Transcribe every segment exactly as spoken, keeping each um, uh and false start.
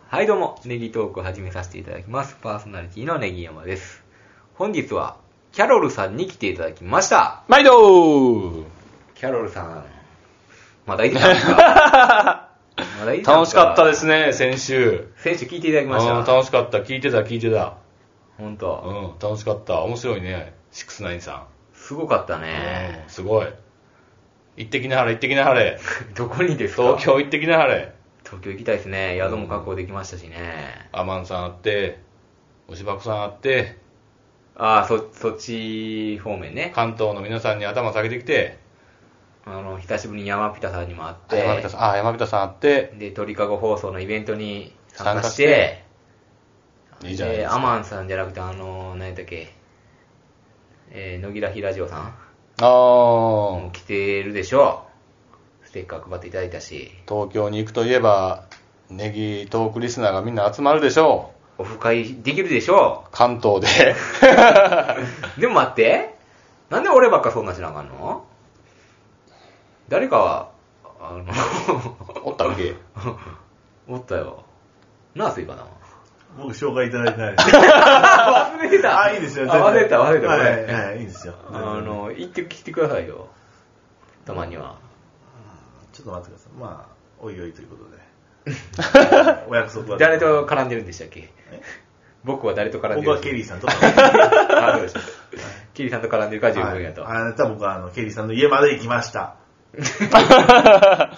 はいどうも、ネギトークを始めさせていただきます。パーソナリティのネギ山です。本日は、キャロルさんに来ていただきました。 毎度ーキャロルさん、まだいてたんですか？まだいてたんですか？ 楽しかったですね、先週。 先週聞いていただきました。 うん、楽しかった。聞いてた、聞いてた。 ほんと。 うん、楽しかった。面白いね、シックスナインさん。 すごかったね。 うん、すごい。行ってきなはれ、行ってきなはれ。 どこにですか？ 東京行ってきなはれ。 東京行きたいですね。宿も確保できましたしね。 アマンさんあって、押箱さんあって、 ああ、そ、そっち方面ね。 関東の皆さんに頭下げてきて、 あの、久しぶりに山ピタさんにも会って、 山北さん、あ、山北さんあって、 で、鳥かご放送のイベントに参加して、 いいじゃないでですか。 アマンさんじゃなくて、あの、何やったっけ、えー、野木らひラジオさんあー、 も来てるでしょう。ステッカー配っていただいたし。 東京に行くといえば、ネギトークリスナーがみんな集まるでしょオフ会できるでしょう。関東で。 う。でも待って。なんで俺ばっかそんなしなあかんの？誰かは、あの、 おったっけ？ おったよ。なあ、スイカな。 僕紹介いただいてないです。 忘れてた。 あ、いいですよ。 あ、忘れた、忘れた。 はい、 これはい、いいですよ。 あの、行ってきてくださいよ。たまには。 ちょっと待ってください。まあ、おいおいということで。お約束は。 誰と絡んでるんでしたっけ？僕は誰と絡んでる？ 僕はケリーさんと絡んでる。 あ、そうでした。ケリーさんと絡んでるか十分やと。 はい、あなた僕はあのケリーさんの家まで行きました。 はい。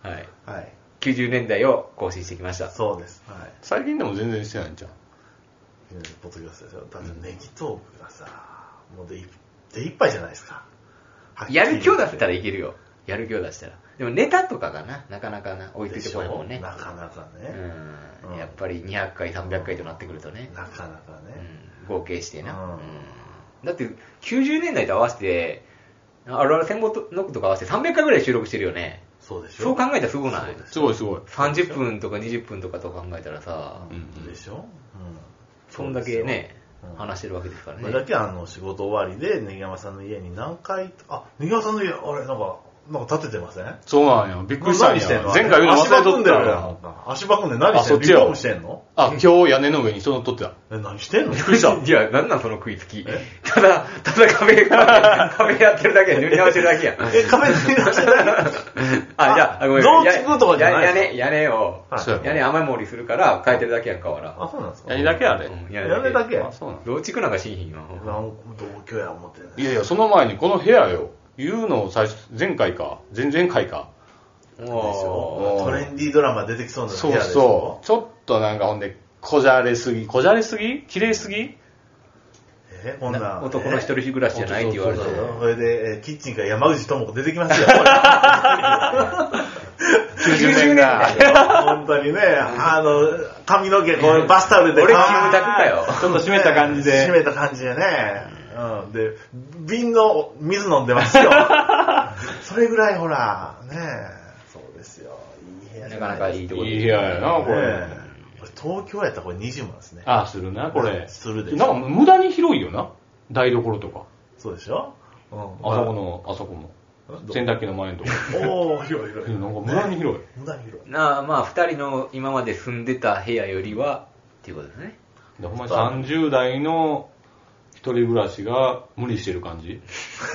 はい。 はい。 きゅうじゅうねんだいを更新してきました。 そうです。はい。 最近でも全然してないんじゃん。 ポッドキャストですよ。だってネギトークがさ、もうでいでいっぱいじゃないですか。 やる気を出せたらいけるよ。やる気を出したら。でもネタとかがな、なかなかな、置いててこないもんね。 なかなかね。 うん。やっぱりにひゃっかい、さんびゃっかいとなってくるとね。 なかなかね。 うん。合計してな。 うんうん。だってきゅうじゅうねんだいと合わせて、あるある戦後のことか合わせてさんびゃっかいぐらい収録してるよね。 そうでしょ。 そう考えたらすごない？ すごいすごい。 さんじゅっぷんとかにじゅっぷんとかと考えたらさ、 うんでしょ。うん。 そんだけね、 うん話してるわけですからね。 これだけあの仕事終わりでネギ山さんの家に何回、あ、ネギ山さんの家、あれなんか、なんか建ててません？ そうなんや。びっくりしたんや。 何してんの？ 前回言うの忘れとった足場組んでるやよ。 ん。足場組んで何してんの？ あそっちよリフォームしてんの？ あ、今日屋根の上に人乗っとってた。 え、何してんの？ びっくりした。 いや、なんなんその食いつき。ただ、ただ壁、壁、壁やってるだけや、塗り直してるだけや。 え、壁塗り直してない？ あ、じゃあ、ごめん。 増築とかじゃないや屋根、屋根を、 はいそうや屋根雨漏りするから変えてるだけやんか、わら。 あ、そうなんですか？ 屋根だけあれ。 うん屋根だけあ、そうなん増築なんかしんひんよ。 なん同居や思ってね。 いやいや、その前にこの部屋よ。言うのを最初、前回か。前々回か。 でしょおートレンディードラマ出てきそうな部そう屋でしょ。 そう。ちょっとなんかほんで、こじゃれすぎ。こじゃれすぎ綺麗すぎえ、こんな。 男の一人暮らしじゃないって言われてそう。そうそれで、えキッチンから山口智子出てきますよ。 きゅうじゅうねんだい。 本当にね、あの、髪の毛、こうバスタオルで。 俺、キムタクかよ。 ちょっと締めた感じで。 締めた感じでね。うん。で、瓶の水飲んでますよ。それぐらいほら、ねそうですよ。いい部屋じゃなかなかいいとこいい部屋やな、これ。 ね東京やったらこれにじゅうまんですね。 あ、するな、これ。 するでしょ。 なんか無駄に広いよな。台所とか。 そうでしょ。うん。 あそこの、あそこも。洗濯機の前のとこ。 おー、広い広い。 なんか無駄に広い。 無駄に広い。 なあ、まあ、二人の今まで住んでた部屋よりは、っていうことですね。 でほんまにさんじゅう代の一人暮らしが無理してる感じ。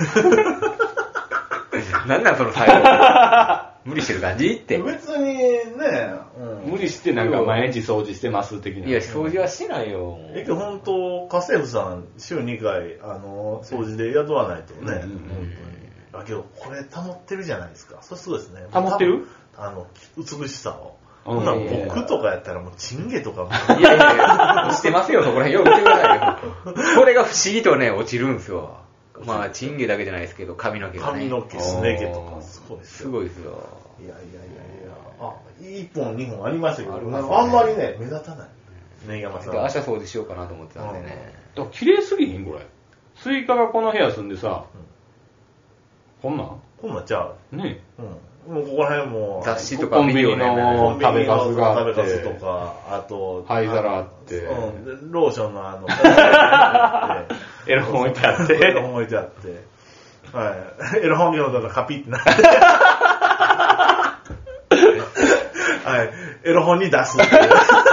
なんなんその最後。無理してる感じって。 別にね、うん。 無理してなんか毎日掃除してます的な。 いや、掃除はしてないよ。 え、けど本当、家政婦さん、週にかい、あの、掃除で雇わないとね、 うんうんうん本当に。あ、けど、これ保ってるじゃないですか。そうそうですね。 保ってる？ あの、美しさを。 うんほんなら僕とかやったらもう、チンゲとかも。 いやいやいや、してますよ、そこら辺。よく見てくださいよ。これが不思議とね、落ちるんですよ。まあ、チンゲだけじゃないですけど、髪の毛がね。 髪の毛、すね毛とか、すごいですすよ。 ごいですよ。 いやいやいやいや。あ、いっぽん、にほんありましたけど、 ありますねあんまりね、目立たない。ね山さん。 明日掃除しようかなと思ってたんでね。 だから綺麗すぎひんこれ。スイカがこの部屋住んでさ、こんなんこんなんちゃう。 ねうん。もうここら辺もう、 雑誌とかコンビニビデオのね。 食べかすがあって食べかすとか、あと、 灰皿あってうん。でローションのあの、 エロ本置いてあってエロ本置いてあって。はい。エロ本読んだらカピってなって。はい。 エロ本に出すっていう。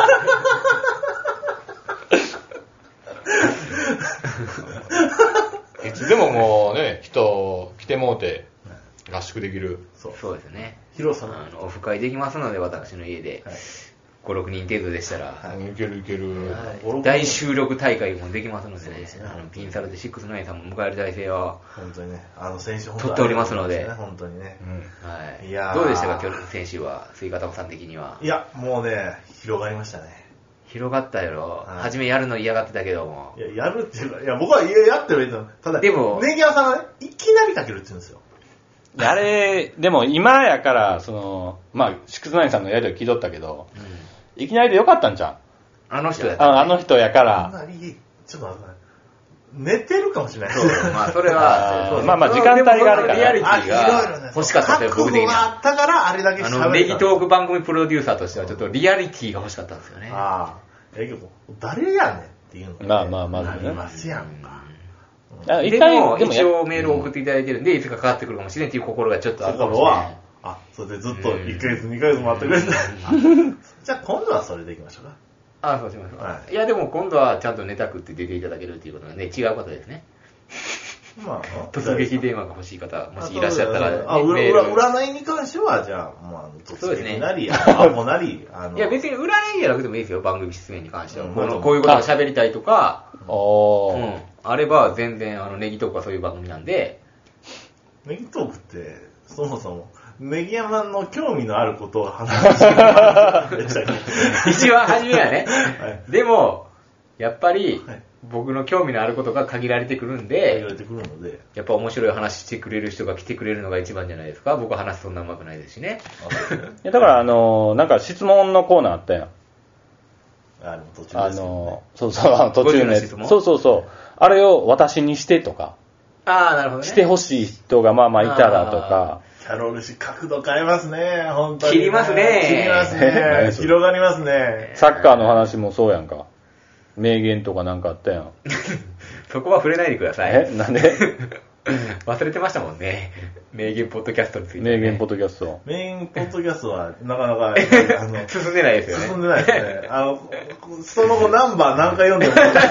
いつでももうね、人来てもうて合宿できる。 そうそうですね。 広さもあのオフ会できますので、私の家で、はい、ご、ろくにん程度でしたら、 はい、いけるいける、 はい、大収録大会もできますのでね、でねあのピンサルでろくじゅうきゅうさんも迎える体制は本当にね、あの先週取っておりますので、 本当にね、 うんはい、 いやどうでしたか、今日先週は、スイカタコさん的には。 いや、もうね、広がりましたね。 広がったやろ、はい、初めやるの嫌がってたけども。 いや、やるっていうか、いや、僕は家やってもいいと思う。ただ、 でも、 ネギ屋さんがね、いきなりかけるって言うんですよ。 あれ、でも今やから、その、まあ、ろくじゅうきゅうさんのやりとり聞いとったけど、うん、いきなりでよかったんじゃん。 あの人やった、 ね、あ, あの人やから。 ちょっと待って、寝てるかもしれない。 そうまあ、それは、 そうまあまあ、時間帯があるから。 リアリティが欲しかったですよ、僕的には。 あったから、あれだけ喋れた。 あの、ネギトーク番組プロデューサーとしては、ちょっとリアリティが欲しかったんですよね。 ああ。え、けど、誰やねんっていうのが、ね。 まあまあまずね。 なりますやんか。 うん、でも、一応メールを送っていただいてるんで、いつかかかってくるかもしれんっていう心がちょっとあるかもしれない。 あ、それでずっといっかげつ、にかげつ待ってくれた。じゃあ今度はそれでいきましょうか。 ああ、そうしましょう。はい、いや、でも今度はちゃんとネタ食って出ていただけるっていうことがね、違うことですね。まあ、突撃電話が欲しい方、もしいらっしゃったら、ね、 あ、占いに関しては、じゃあ、まあ、突撃なり、アポなり、 あの。いや、別に占いじゃなくてもいいですよ、番組出演に関しては。うん、このこういうことを喋りたいとか、うん、あれば、全然、あの、ネギトークはそういう番組なんで。 ネギトークって、そもそも、ネギ山の興味のあることを話して一番初めはね。はい、でも、やっぱり、はい、僕の興味のあることが限られてくるんで、 限られてくるので、 やっぱ面白い話してくれる人が来てくれるのが一番じゃないですか。僕は話そんなうまくないですしね。 いやだからあのー、なんか質問のコーナーあったやん。 あの途中ですよね、 あのー、そうそう、あの途中の質問。そうそうそう。あれを私にしてとか。 ああ、なるほどね。 してほしい人がまあまあいたらとか。 キャロル氏角度変えますね、本当に、 ね。切りますね。 切りますね。広がりますね。 サッカーの話もそうやんか。名言とかなんかあったやん。 そこは触れないでください。 え、なんで忘れてましたもんね。名言ポッドキャストについて、ね。 名言ポッドキャスト。 名言ポッドキャストはなかなか、 あの進んでないですよね。 進んでないですね。あの、その後ナンバー何回読んでも。ナン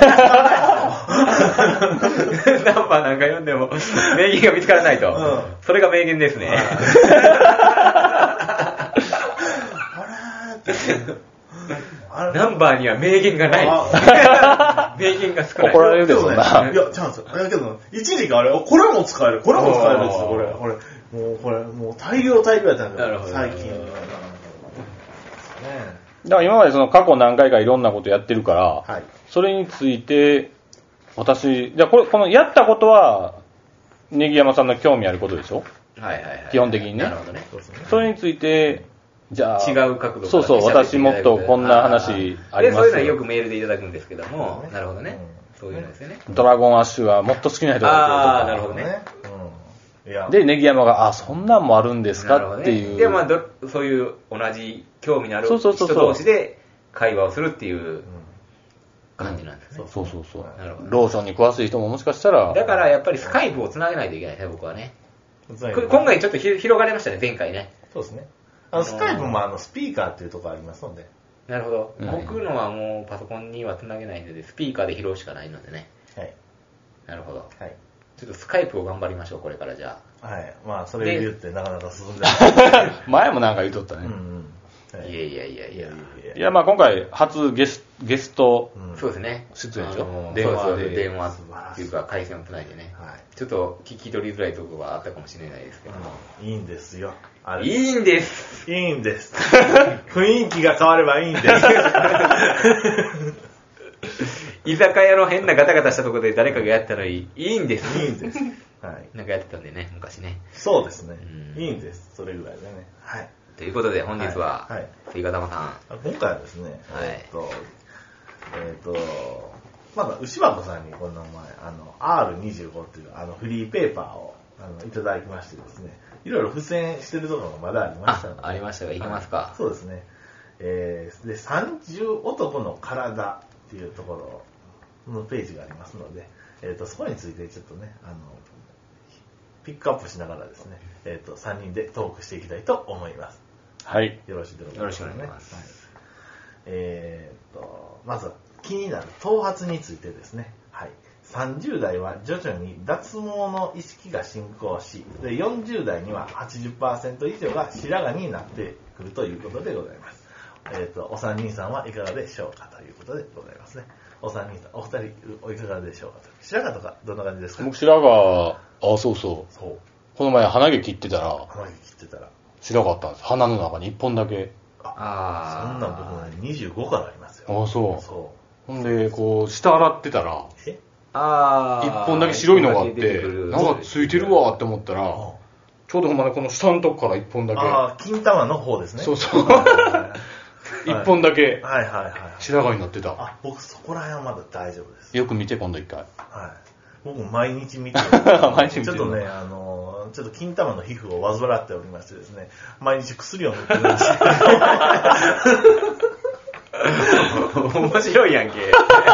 バー何回読んでも、名言が見つからないと。うん、それが名言ですね。ナンバーには名言がない。名言が少ない。 怒られるでしょうな。 いや、チャンス。だけど、一時期あれ、これも使える、これも使えるんですよ、これ。これ、もう、これ、もう大量大量やったんだけど、最近。ね、 だから今までその過去何回かいろんなことやってるから、 はい、 それについて、私、じゃあこれ、このやったことは、ネギ山さんの興味あることでしょ？ はいはいはい。 基本的にね。 なるほどね。 それについて、じゃあ、 違う角度からそうそう、私もっとこんな話あります。 そういうのはよくメールでいただくんですけども、なるほどね。そういうのですよね。 ドラゴンアッシュはもっと好きな人がいるとか。 ああ、なるほどね。 で、ネギ山が、あ、そんなんもあるんですかっていう。 で、まあど、そういう同じ興味のある人同士で会話をするっていう感じなんですね。 そうそうそう。なるほど。ローションに詳しい人ももしかしたら。 だからやっぱりスカイプをつなげないといけないですね、僕はね。今回ちょっと広がりましたね、前回ね。 そうですね。あのスカイプもあのスピーカーっていうところありますので。 なるほど。うん、僕のはもうパソコンにはつなげないので、スピーカーで拾うしかないのでね。はい。なるほど。はい。ちょっとスカイプを頑張りましょう、これからじゃあ。 はい。まあ、それ言ってなかなか進んでない。 前もなんか言うとったね。 うんうん。はい、いやいやいやいや。 いや、まあ今回初ゲスゲスト、 うん、そうですね。 出演でしょ、 電話で。電話っていうか回線をつないでね。はい。ちょっと聞き取りづらいところはあったかもしれないですけど。 いいんですよ。 あれいいんです。 いいんです。雰囲気が変わればいいんです。 居酒屋の変なガタガタしたところで誰かがやったらいい。いいんです。 いいんです。 はい。なんかやってたんでね、昔ね。 そうですね。いいんです。それぐらいでね。はい。 ということで本日は、はい。スイカ玉さん。 今回はですね、えっと、えっと、まだ牛箱さんにこの前、あの、アールにじゅうご っていうあのフリーペーパーをあのいただきましてですね、いろいろ付箋してるところがまだありましたので。 あ、ありましたが、いきますか、はい。 そうですね。えー、で、さんじゅう男の体っていうところのページがありますので、えっと、そこについてちょっとね、あの、ピックアップしながらですね、えっと、さんにんでトークしていきたいと思います。 はい。 よろしいでございますかね。 よろしくお願いします。はい、えー、っと、まずは気になる頭髪についてですね。はい。さんじゅう代は徐々に脱毛の意識が進行し、でよんじゅう代には はちじゅっパーセント 以上が白髪になってくるということでございます。えー、っと、お三人さんはいかがでしょうかということでございますね。お三人さん、お二人おいかがでしょうかと。白髪とかどんな感じですか？ 僕白髪、あ、そうそう。 そう。 この前鼻毛切ってたら、 鼻毛切ってたら白かったんです。鼻の中にいっぽんだけ。 ああ。そんなん僕ね、にじゅうごからありますよ。 あ、そう。 そう。 ほんで、こう、下洗ってたら、 えああ。 一本だけ白いのがあって、なんかついてるわって思ったら、ちょうどほんまね、この下のとこから一本だけ。 ああ、金玉の方ですね。 そうそう。一本だけ、 はいはいはい。 白髪になってた。 あ、僕そこら辺はまだ大丈夫です。 よく見て、今度一回。 はい。僕も毎日見て毎日見てちょっとね、あの、ちょっと金玉の皮膚を患っておりましてですね、毎日薬を塗ってるんですよ。 面白いやんけ。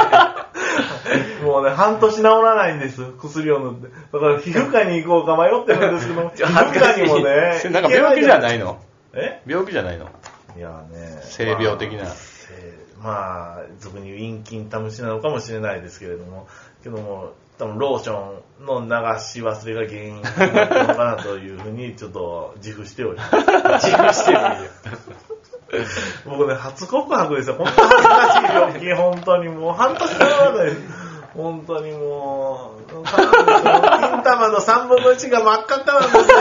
もうね、半年治らないんです、薬を塗って。だから皮膚科に行こうか迷ってるんですけど、皮膚科にもね。 なんか病気じゃないの？ え？ 病気じゃないの？ いやね。 性病的な。 まあ、俗に言う陰菌タムシなのかもしれないですけれども、けども、多分ローションの流し忘れが原因なのかなというふうにちょっと自負しております。 自負してるよ。 僕ね、初告白ですよ。本当に恥ずかしい病気、本当にもう半年かかない。本当にもう、金玉のさんぶんのいちが真っ赤っかなんですよ。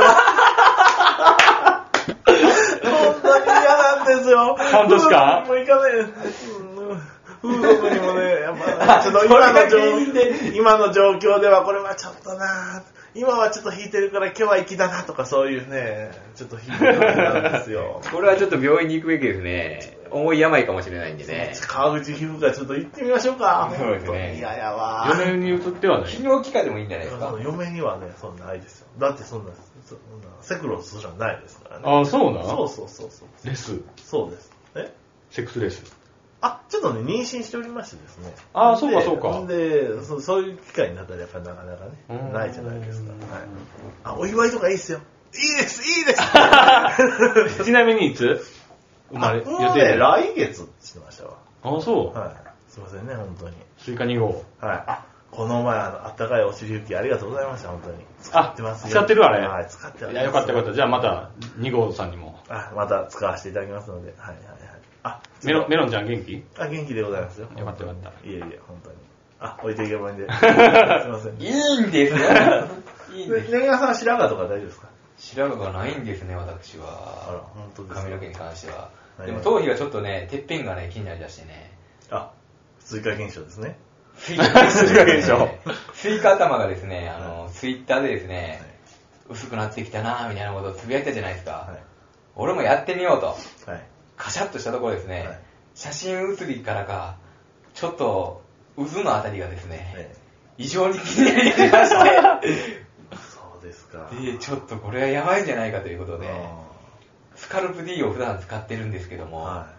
本当に嫌なんですよ。 半年間もういかない。風俗にもね、やっぱ、ちょっと今の状況、今の状況ではこれはちょっとな、今はちょっと引いてるから今日は粋だなとかそういうね、ちょっと引いてるんですよ。 これはちょっと病院に行くべきですね。重い病かもしれないんでね。 川口皮膚科ちょっと行ってみましょうか。 そうですね。 いややわ。 嫁に移ってはない。 泌尿器科でもいいんじゃないですか。 嫁にはね、そんなないですよ。だってそんな、そんなセクロスすらないですからね。 ああ、そうなの？ そうそうそうそう。 レス。 そうです。え？ セックスレス。 あ、ちょっとね、妊娠しておりましてですね。 ああ、そうかそうか。 で、そそういう機会になったらやっぱりなかなかね、ないじゃないですか。はい。あ、お祝いとかいいっすよ。いいです、いいですちなみにいつ生まれ、 もうね、来月って言ってましたわ。 ああ、そう。 はい。すいませんね、本当に。 スイカに号。 はい。あ、この前、あの、あったかいお尻拭きありがとうございました、本当に。使ってますよ。 使ってるあれ？ はい、使ってます。 いや、よかったよかった。じゃあまた、に号さんにも。 あ、また使わせていただきますので。はいはいはい。あ、 メロン、メロンちゃん元気？ あ、元気でございますよ。 よかったよかった。 いえいえ、本当に。あ、置いていけばいいんで。すいません。 いいんですよ。 いいんです。ねぎわさんは白髪とか大丈夫ですか？ 白髪がないんですね、私は。 あら、本当ですか。 髪の毛に関しては。 はい、 でも頭皮がちょっとね、てっぺんがね、気になりだしてね。 あ、追加現象ですね。 追加現象。追加頭がですね、あの、ツイッターでですね、はい、薄くなってきたなぁみたいなことをつぶやいたじゃないですか。はい、俺もやってみようと。はい、カシャッとしたところですね、はい、写真写りからか、ちょっと渦のあたりがですね、はい、異常に気になりまして。 そうですか。 で、ちょっとこれはやばいんじゃないかということで、スカルプ D を普段使ってるんですけども、はい、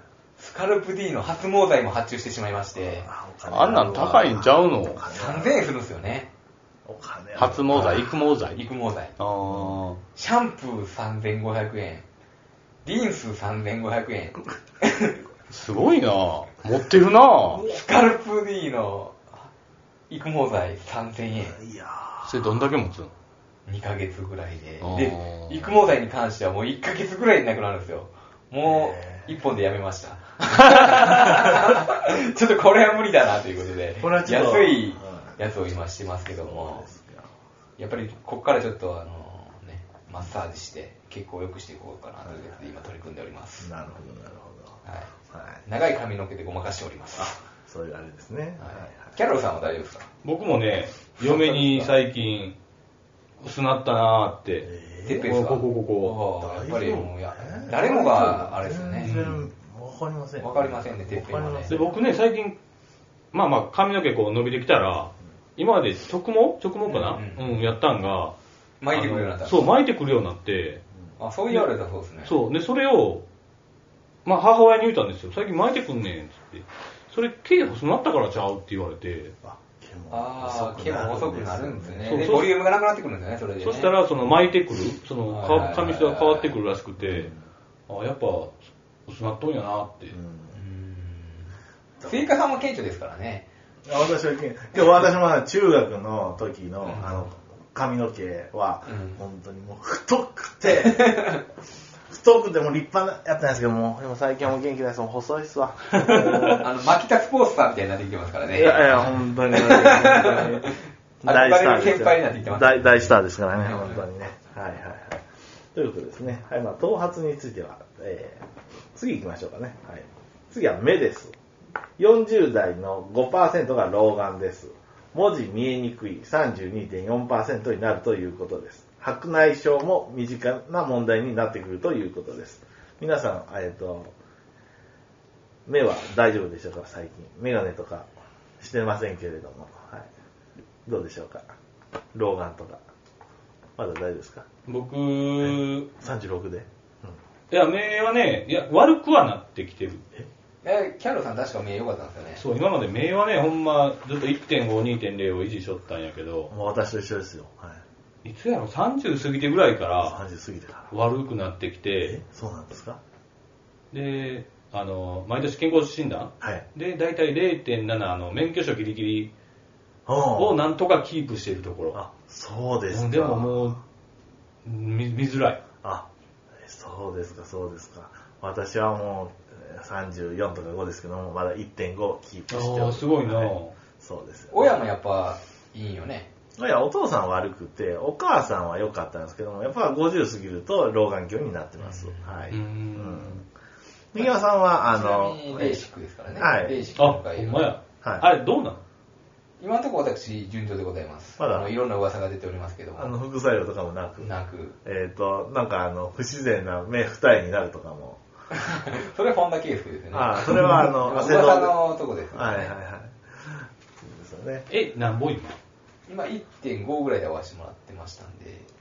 スカルプ D の発毛剤も発注してしまいまして、 あんなん高いんちゃうの？ さんぜんえんするんですよね。 お金発毛剤、育毛剤。 育毛剤。 あシャンプーさんぜんごひゃくえん。リンスさんぜんごひゃくえん。 すごいなぁ。持ってるなぁ。 スカルプ D の育毛剤さんぜんえん。 いやそれどんだけ持つの？ にかげつぐらいで。で、育毛剤に関してはもういっかげつぐらいでなくなるんですよ。もういっぽんでやめました。ちょっとこれは無理だなということで、これはちょっと安いやつを今してますけども、やっぱりここからちょっとあの、ね、マッサージして血行を良くしていこうかなということで今取り組んでおります。 なるほどなるほど。 はいはい、長い髪の毛でごまかしております。 あ、そういうあれですね。はいはい、 キャロルさんは大丈夫ですか？ 僕もね、嫁に最近薄なったなーって。 てっぺんですか？ ここここ。 やっぱりもうや誰もがあれですよね。 わかりません。 わかりませんね、てっぺんはね。 で僕ね最近まあまあ髪の毛こう伸びてきたら今まで直毛直毛かな、うん、うん、やったんが巻いてくるようになった。 そう巻いてくるようになって。 あ、そう言われたそうですね。 そうでそれをまあ母親に言ったんですよ。最近巻いてくんねんっつって。それ毛細くなったからちゃうって言われて。 ああ、毛も細くなるんですね。で、ボリュームがなくなってくるんですよね、それで、ね。 そしたら、その巻いてくる、その髪質が変わってくるらしくて、 あやっぱ薄なっとんやなって。うんスイカさんも顕著ですからね。 私は、今日私も中学の時の、うん、あの、髪の毛は、うん、本当にもう太くて、太くても立派なやったんですけども、でも最近はもう元気ないです。もう細いっすわ。 あの、巻きタスポーツさんみたいになってきてますからね。 いやいや、本当に。大スターです。先輩になってきてます。大、大スターですからね、本当にね。はいはいはい。ということですね。はい、まあ、頭髪については、えー、次行きましょうかね。はい。次は目です。よんじゅう代の ごパーセント が老眼です。文字見えにくい さんじゅうにてんよんパーセント になるということです。白内障も身近な問題になってくるということです。皆さん、えっと、目は大丈夫でしょうか最近。メガネとかしてませんけれども。はい。どうでしょうか老眼とか。まだ大丈夫ですか僕、 さんじゅうろくで、うん、 いや、目はね、いや、悪くはなってきてる。 ええ、キャロさん確か目良かったんですよね。 そう、今まで目はね、ほんま、ずっと いってんご、にてんゼロ を維持しとったんやけど。 もう私と一緒ですよ。はい。 いつやろ、さんじゅう過ぎてぐらいから、 さんじゅう過ぎてから。 悪くなってきて。 え、そうなんですか？ で、あの、毎年健康診断、はい、で、だいたい れいてんなな、あの、免許証ギリギリをなんとかキープしているところ。 あ、そうですか。 でももう、見、見づらい。 あ、そうですか、そうですか。私はもうさんじゅうよんとかごですけども、まだ いってんご キープしておる。あ、すごいな、はい、 そうですよ、ね。 親もやっぱいいよね。 いや、お父さんは悪くて、お母さんは良かったんですけども、やっぱごじゅう過ぎると老眼鏡になってます。はい。うん。右山さんは、あの、 レーシックですからね。 はい。レーシックの会。あ、ほんまや。はい。あれ、どうなの？ 今のところ私、順調でございます。まだ、あのいろんな噂が出ておりますけども。 あの、副作用とかもなく。 なく。 えっ、ー、と、なんかあの、不自然な目二重になるとかも。 それ本田圭佑ですよね。 ああ、それはあの、 汗ののとこです、 ね。はいはいはい。ですよね。 え、なんぼ今？ 今 いってんご ぐらいで合わせてもらってましたんで。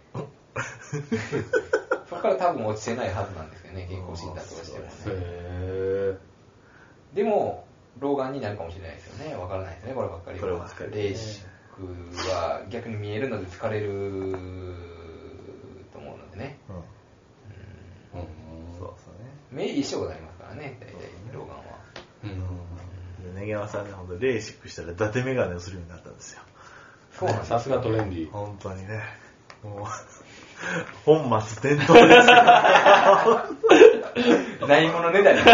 そこから多分落ちてないはずなんですよね、健康診断とかしてもね。へでも、老眼になるかもしれないですよね。わからないですね、こればっかりは。 こればっかり、ね。 レーシックは逆に見えるので疲れると思うのでね。うん。うん。そうですね。目一緒になりますからね、大体、老眼は。 うん。ネギ山さんね、本当レーシックしたら伊達メガネをするようになったんですよ。 そうなんです。さすがトレンディー。 本当にね。もう、本末転倒ですよ。 ないものねだり。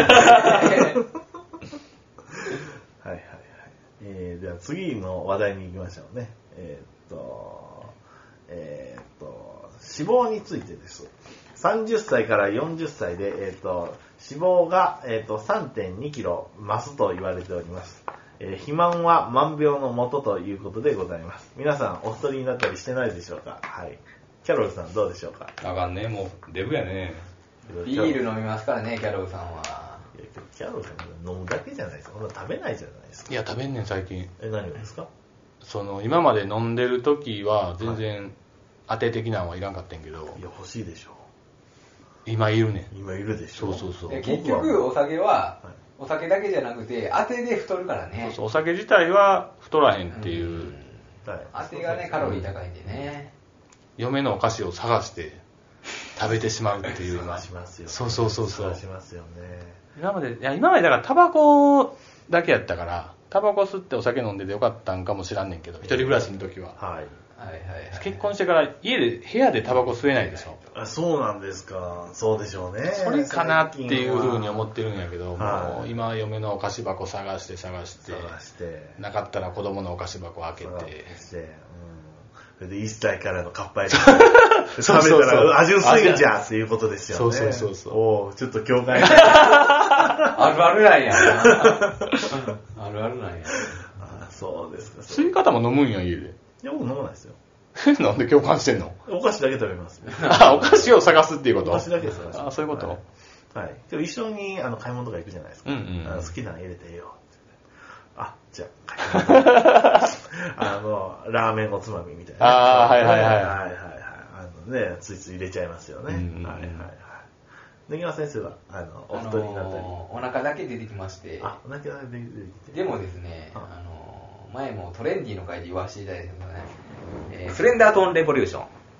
はいはいはい。えー、では次の話題に行きましょうね。えー、っと、えー、っと、脂肪についてです。さんじゅっさいからよんじゅっさいで、えー、っと、脂肪が、えー、っと さんてんにキロ増すと言われております。えー、肥満は万病の元ということでございます。皆さんお太りになったりしてないでしょうか？はい。キャロルさんどうでしょうか？ あかんね、もうデブやね。 ビール飲みますからね、キャロルさんは。 いや、キャロルさん飲むだけじゃないですか。食べないじゃないですか。 いや、食べんねん最近。 え、何をですか？ その今まで飲んでる時は全然当て的なのはいらんかったんけど。いや、 欲しいでしょう。 今いるねん。 今いるでしょ。 そうそうそう。 結局お酒は、お酒だけじゃなくて当てで太るからね。 そうそう、お酒自体は太らへんっていう。うん、 当てがね、カロリー高いんでね。 嫁のお菓子を探して食べてしまうっていう。 探しますよ、ね。 そうそうそうそう。 探しますよね。 今まで、いや今までだからタバコだけやったから、タバコ吸ってお酒飲んでてよかったんかもしらんねんけど、一人暮らしの時は。はい。はいはいはい、結婚してから家で部屋でタバコ吸えないでしょ。 あ、そうなんですか。そうでしょうね。 それかなっていうふうに思ってるんやけど、もう今嫁のお菓子箱探して探して探してなかったら子供のお菓子箱開けてして、うん、 それでいっさいからのカッパや食べたら味薄いんじゃっていうことですよね。 そうそうそうそう。 おー、ちょっと共感あるあるなんやあるあるなんや。 あ、そうですか。 吸い方も飲むんや家で。 いや、僕飲まないですよ。 なんで共感してんの？ お菓子だけ食べます。 あ、お菓子を探すっていうこと？ お菓子だけ探す。 あ、そういうこと？ はい。はい、でも一緒にあの買い物とか行くじゃないですか。うんうん、あの好きなの入れてええよって。あ、じゃあ買い物。あの、ラーメンおつまみみたいな。 ああ、はいはいはい。はいはいはい。あのね、ついつい入れちゃいますよね。うんうん、はいはいはい。根際先生は、あの、お太りになったり、あのー。お腹だけ出てきまして。 あ、お腹だけ出てきて。 でもですね、あのー、前もトレンディの回で言わせていただいたんですけどね、えー、スレンダートーンレボリューション。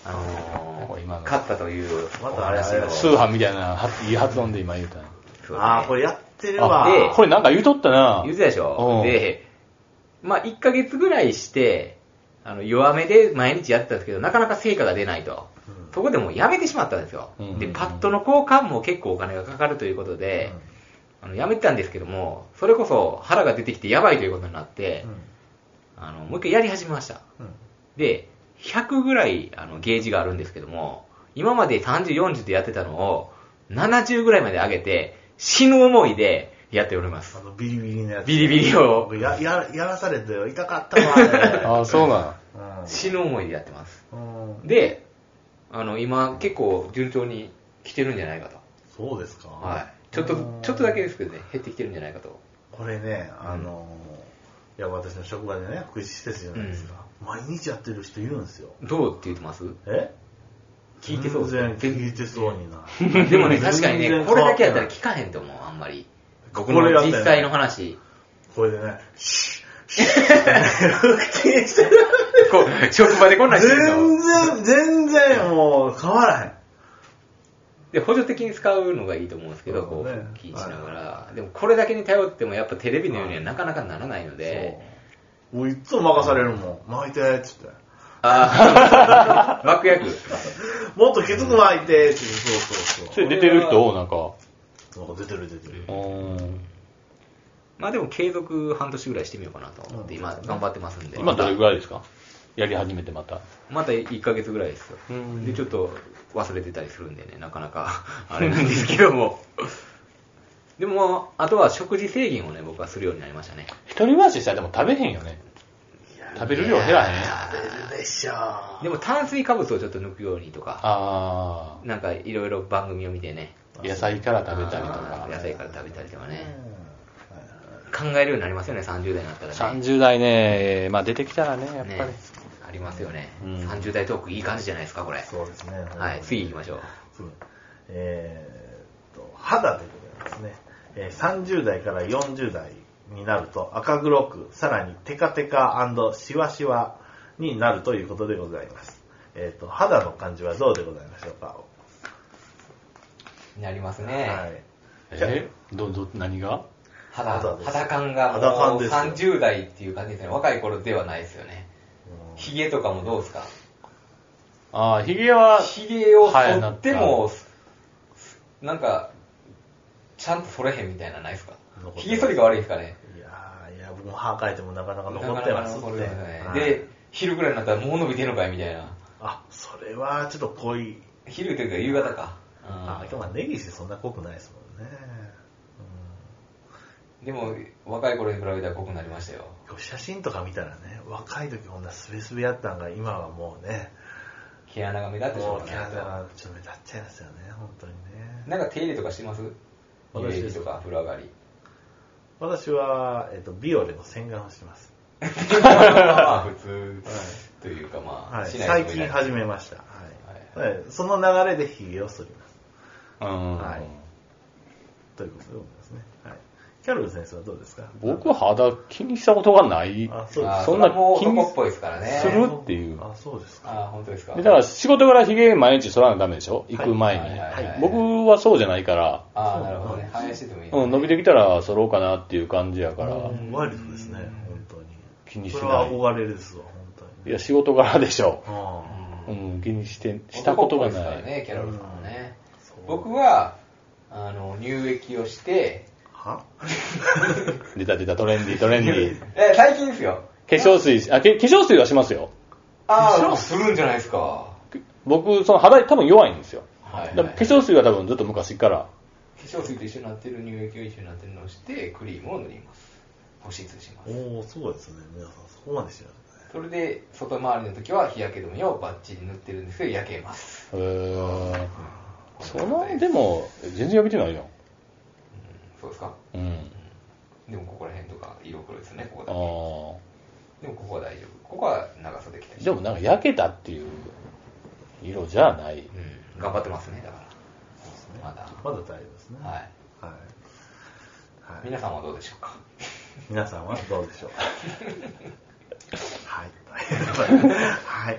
あのー、今の買ったという、 またあれ通販みたいないい発音で今言うたね。 ああ、これやってるわ。 で、これなんか言うとったな。 言うたでしょ。で、まあいっかげつぐらいして、あの弱めで毎日やってたんですけど、なかなか成果が出ないと。うん、そこでもうやめてしまったんですよ。うんうんうん、で、パッドの交換も結構お金がかかるということで、うん、あのやめてたんですけども、それこそ腹が出てきてやばいということになって、うん、あのもう一回やり始めました。うん、で、ひゃくぐらいあのゲージがあるんですけども、今までさんじゅう、よんじゅうでやってたのをななじゅうぐらいまで上げて、死ぬ思いでやっております。 あのビリビリのやつ。 ビリビリを。 や、や、やらされて痛かったわ、ね。 ああ、そうなん。 死ぬ思いでやってます。で、あの、今結構順調に来てるんじゃないかと。 そうですか。 はい。ちょっと、ちょっとだけですけどね、減ってきてるんじゃないかと。 これね、あの、うん、いや、私の職場でね、福祉施設じゃないですか。うん、毎日やってる人いるんですよ。 どうって言ってます？ え聞いてそう全然聞いてそうにな。 でもね、確かにね、これだけやったら聞かへんと思う、あんまり。僕の実際の話。 これでね、シュッ、シュッってしてる。 こう、職場でこんなんしてるの。全然、全然もう変わらへん。 で、補助的に使うのがいいと思うんですけど、こう、復帰しながら。でもこれだけに頼ってもやっぱテレビのようにはなかなかならないので。 もういつも任されるもん。巻いて、つって。 ああ、巻く役。 もっときつく巻いて、って。そうそうそう。 それ出てる人なんか。 なんか出てる出てる。 まあでも継続半年ぐらいしてみようかなと思って、今頑張ってますんで。 今どれぐらいですか？やり始めてまた。 またいっかげつぐらいですよ。で、ちょっと忘れてたりするんでね、なかなかあれなんですけども。でも、あとは食事制限をね、僕はするようになりましたね。 一人暮らししたらでも食べへんよね。食べる量減らへん。 食べるでしょ。 でも炭水化物をちょっと抜くようにとか、 あなんかいろいろ番組を見てね。 野菜から食べたりとか。 野菜から食べたりとかね。考えるようになりますよね、さんじゅう代になったらね。 さんじゅう代ね、まあ出てきたらね、やっぱり。ね、 ありますよね、うん。さんじゅう代トークいい感じじゃないですか、これ。 そうですね。 はい、次行きましょう。 えー、っと、肌でございますね。えー、さんじゅう代からよんじゅう代になると赤黒く、さらにテカテカ&シワシワになるということでございます。えー、っと、肌の感じはどうでございましょうか？ なりますね。 はい。えー、ど、ど、何が？ 肌、肌感がもうさんじゅう代っていう感じですね。若い頃ではないですよね。ヒゲとかもどうですか？ ああ、ヒゲは、 ヒゲを剃っても、なんか、ちゃんと剃れへんみたいなのないですか？ヒゲ剃りが悪いですかね？ いやー、いや、僕も歯変えてもなかなか残ってますって。 ね、で、昼ぐらいになったらもう伸びてんのかいみたいな。 あ、それはちょっと濃い。 昼というか夕方か。 あ、今日はネギしてそんな濃くないですもんね。 でも、若い頃に比べたら濃くなりましたよ。 写真とか見たらね、若い時こんなスベスベやったんが、今はもうね、 毛穴が目立ってしまう。 毛穴がちょっと目立っちゃいますよね、本当にね。 なんか手入れとかしてます？乳液とか風呂上がり。 私は、えっと、ビオレの洗顔をしてます。 まあ、普通というか、まあ、 はい、最近始めました。はいはいはい、その流れでヒゲを剃ります。 うん、 はい。ということでございますね。はい。キャロル先生はどうですか？ 僕は肌気にしたことがない。 あ、そうです。 そんな気にっぽいですからね。 するっていう。 あ、そうですか。 あ、本当ですか。 だから仕事からヒゲ毎日剃らなダメでしょ？行く前に。僕はそうじゃないから。 あ、なるほどね。生やしててもいい、ね。 うん、伸びてきたら剃ろうかなっていう感じやから。 ワイルドですね、本当に。 気にしない。 それは憧れですわ、本当に。 いや、仕事柄でしょ。うん、気にして、したことがない。 男っぽいですからね、キャロルさんはね。僕は、あの、乳液をして、 は出た出た、トレンディー、トレンディー。 え、最近ですよ。 化粧水、あ、化粧水はしますよ。 ああ、するんじゃないですか。 僕、その肌多分弱いんですよ。 はい、はい。 化粧水は多分ずっと昔から。 化粧水と一緒になってる乳液を一緒になってるのをして、クリームを塗ります。保湿します。 おお、そうですね。皆さん、そこまで知らない。 それで、外回りの時は日焼け止めをバッチリ塗ってるんですけど、焼けます。 へー。その、でも、全然焼けてないよ。 そうですか？ うん。 でもここら辺とか色黒ですね、ここだけ。でもここは大丈夫。ここは長袖着たり。 でもなんか焼けたっていう色じゃない。 うん。頑張ってますね、だから。 そうですね。 まだ。 まだ大丈夫ですね。 はい。 はい。 はい、皆さんはどうでしょうか？ 皆さんはどうでしょうか？はい。はい。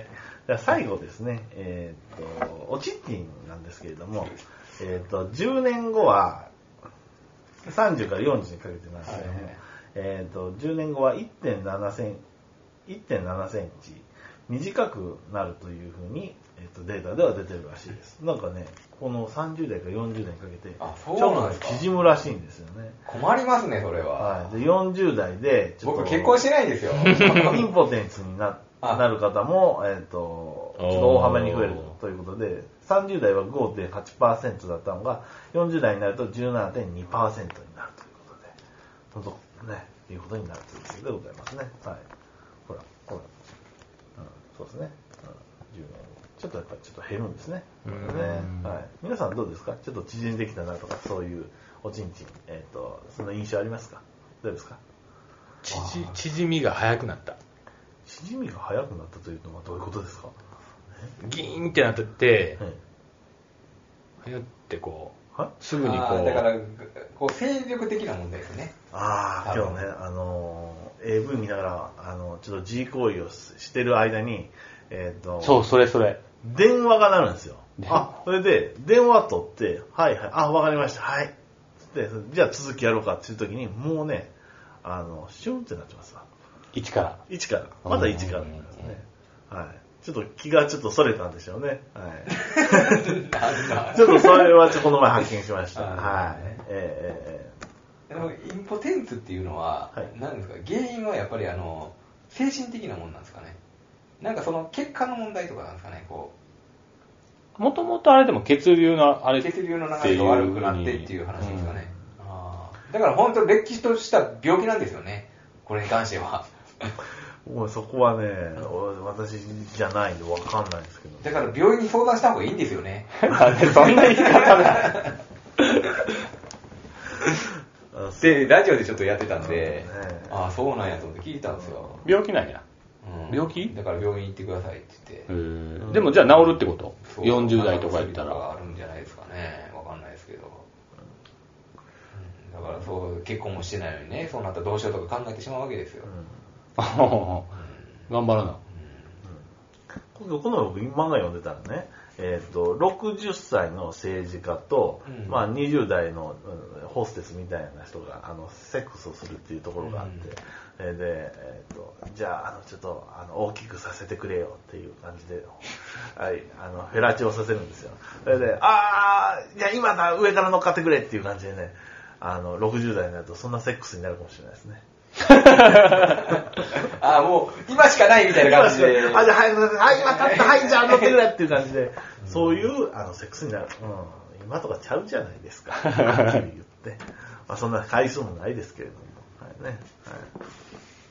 じゃあ最後ですね、えー、っと、おちんちんなんですけれども、えー、っと、じゅうねんごは、さんじゅうからよんじゅうにかけてなんですけども、はいはい、えー、っと、じゅうねんごは いってんななセンチ短くなるというふうに、えー、とデータでは出てるらしいです。なんかね、このさんじゅうだいからよんじゅうだいにかけて、 あ、そうなんですか。 縮むらしいんですよね。 困りますね、それは。 はい。で、よんじゅうだいで、 ちょっと僕結婚しないんですよ。 インポテンツに な, なる方も、えっ、ー、と、ちょっと大幅に増えるということで、さんじゅうだいは ごてんはちパーセント だったのが、よんじゅうだいになると じゅうななてんにパーセント になるということで、どんどんね、いうことになるということでございますね。はい。ほら、ほら。うん、そうですね。じゅうねんちょっとやっぱりちょっと減るんですね。ね、はい。皆さんどうですか？ちょっと縮んできたなとか、そういうおちんちん、えっ、ー、と、その印象ありますか？どうですか？ 縮、縮みが早くなった。 縮みが早くなったというのはどういうことですか？ ギーンってなってて、はい、ってこう、すぐにこう。 だから、こう、精力的な問題ですね。 ああ、今日ね、あの、エーブイ 見ながら、あの、ちょっと G 行為をしてる間に、えっ、ー、と、 そう、それそれ。 電話が鳴るんですよ。あ、それで、電話取って、はいはい、あ、わかりました、はい。で、じゃあ続きやろうかっていう時に、もうね、あの、シュンってなってますわ。 いちから。 いちから。まだいちからなんですね。はい。ちょっと気がちょっとそれたんでしょうね。はい。ちょっとそれはちょっとこの前発見しました。はい。えー、えー、でも、インポテンツっていうのは、はい、何ですか、原因はやっぱりあの、精神的なもんなんですかね。なんかその結果の問題とかなんですかね、こう。もともとあれでも血流のあれ血流の流れが悪くなってっていう話ですかね。うん、あだから本当歴史とした病気なんですよね、これに関しては。 もうそこはね、私じゃないんで分かんないですけど。 だから病院に相談した方がいいんですよね。 なんでそんな言い方だ。 で、ラジオでちょっとやってたんで、ね、ああ、そうなんやと思って聞いたんですよ。 病気なんや。 うん、 病気だから病院行ってくださいって言って。 へー、でもじゃあ治るってこと？よんじゅうだいとかやったら。 あるんじゃないですかね。わかんないですけど。うん、だからそう、結婚もしてないのにね、そうなったらどうしようとか考えてしまうわけですよ。 うん、頑張らな。 うん、この僕漫画読んでたらね、えー、とろくじゅっさいの政治家と、うん、まあ、にじゅうだいのホステスみたいな人があのセックスをするっていうところがあって、うん、で、えー、とじゃあ、あのちょっとあの大きくさせてくれよっていう感じで、はい、あのフェラチオさせるんですよ。それで、あー、じゃあ今だ上から乗っかってくれっていう感じでね、あのろくじゅうだいになるとそんなセックスになるかもしれないですね。 ああ、もう今しかないみたいな感じで。 あ、じゃあ、はい、はい、分かった、はい、じゃあ乗ってくれっていう感じで、そういうあのセックスになる。うん、今とかちゃうじゃないですか。はっきり言って。まあ、そんな回数もないですけれども。はいね。はい。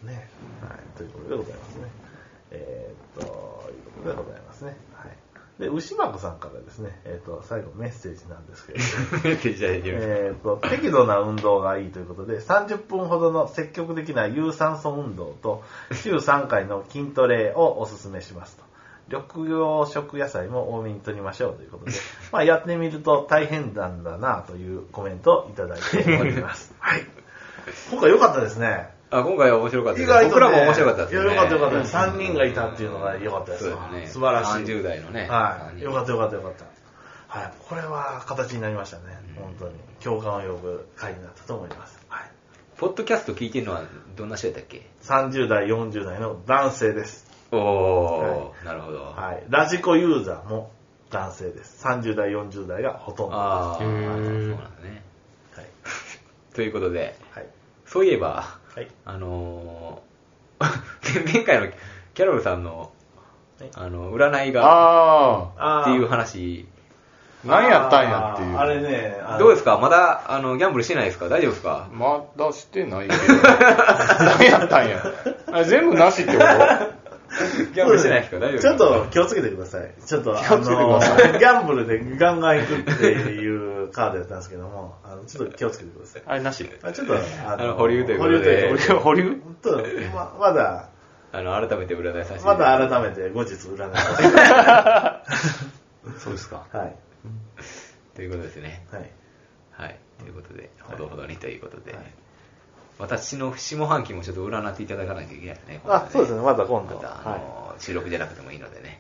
ね。はい。ということでございますね。えー、っと、いうことでございますね。はい。で、牛箱さんからですね、えっ、ー、と、最後メッセージなんですけれども、メッセージじゃえっと、適度な運動がいいということで、さんじゅっぷんほどの積極的な有酸素運動と、週さんかいの筋トレをお勧めしますと。緑黄色野菜も多めに摂りましょうということで、まあ、やってみると大変なんだなというコメントをいただいております。はい。今回良かったですね。 あ、今回は面白かったです。ね、僕らも面白かったですね。 いや、よかったよかったです。さんにんがいたっていうのが良かったです。そうですね。素晴らしい。 さんじゅうだいのね。 はい。よかったよかったよかった。はい。これは形になりましたね。うん、本当に。共感を呼ぶ回になったと思います。はい。 ポッドキャスト聞いてるのはどんな人だったっけ？ さんじゅうだい、よんじゅうだいの男性です。 おー、はい、なるほど。 はい。ラジコユーザーも男性です。さんじゅうだい、よんじゅうだいがほとんどです。 ああ、そうなんですね。はい。ということで、はい、そういえば、はい、あのー、前回のキャロルさんの、はい、あの占いがっていう話、 何やったんやっていう。 あれね、 どうですか？まだあのギャンブルしてないですか？大丈夫ですか？ まだしてないけど。何やったんや。あれ全部なしってこと？ ギャンブルしてないですか？大丈夫ですか？ちょっと気をつけてください。ちょっと、気をつけてください。ギャンブルでガンガン行くっていうカードやったんですけども、あのちょっと気をつけてください。 あれなし？ ちょっと、 あの、保留ということで。 保留？ とままだ、 あの、改めて占いさせて。 まだ改めて後日占いさせて。 そうですか。 はい。 ということですね。 はい。 はい。ということで、ほどほどにということで。はい、私の下半期もちょっと占っていただかなきゃいけないですね。 あ、そうですね。また今度。 また、あの、はい、収録じゃなくてもいいのでね。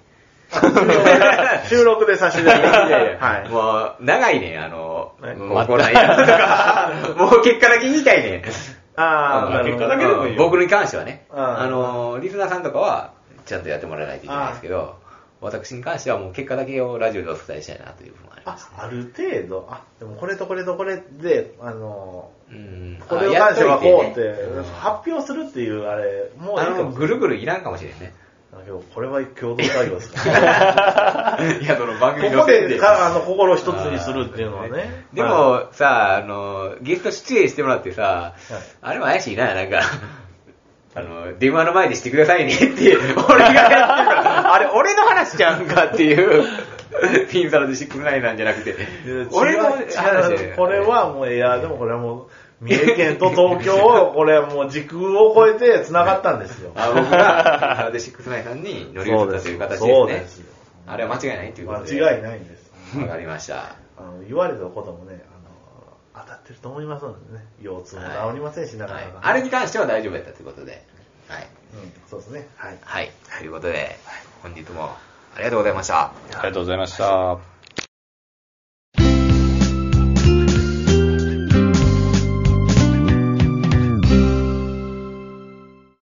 収録でさせていただきます。 はい。もう、長いね、あの、高校内やとか、もう結果だけ言いたいね。 ああ、 結果だけでもいいよ。 僕に関してはね、あの、リスナーさんとかは、ちゃんとやってもらわないといけないですけど、私に関してはもう結果だけをラジオでお伝えしたいなというふうにあります、ね。 あ、ある程度、あ、でもこれとこれとこれで、あの、うん、これに関してはこうって、ね、発表するっていう、あれ、もうあの、ぐるぐるいらんかもしれんね。 だけど、これは共同作業ですかね。いや、その番組のここでかあの心一つにするっていうのはね。 でも、はい、さ、あの、ゲスト出演してもらってさ、はい、あれも怪しいな、なんか。あの、電話の前でしてくださいねって、俺がやってるから、あれ、俺の話ちゃうんかっていう、ピンサロでシックルナイなんじゃなくて、俺の話で。これはもう、いや、でもこれはもう、三重県と東京を、これはもう時空を超えて繋がったんですよ。 あ、僕が、でシックスナイさんに乗り移ったという形ですね。そうですよ。あれは間違いないということで。 間違いないんです。 わかりました。 あの言われたこともね、当たってると思いますのでね、腰痛も治りませんし、なかなか、 はい。あれに関しては大丈夫だったということで。はい。 うん、そうですね。はい。 はい。ということで、本日もありがとうございました。ありがとうございました。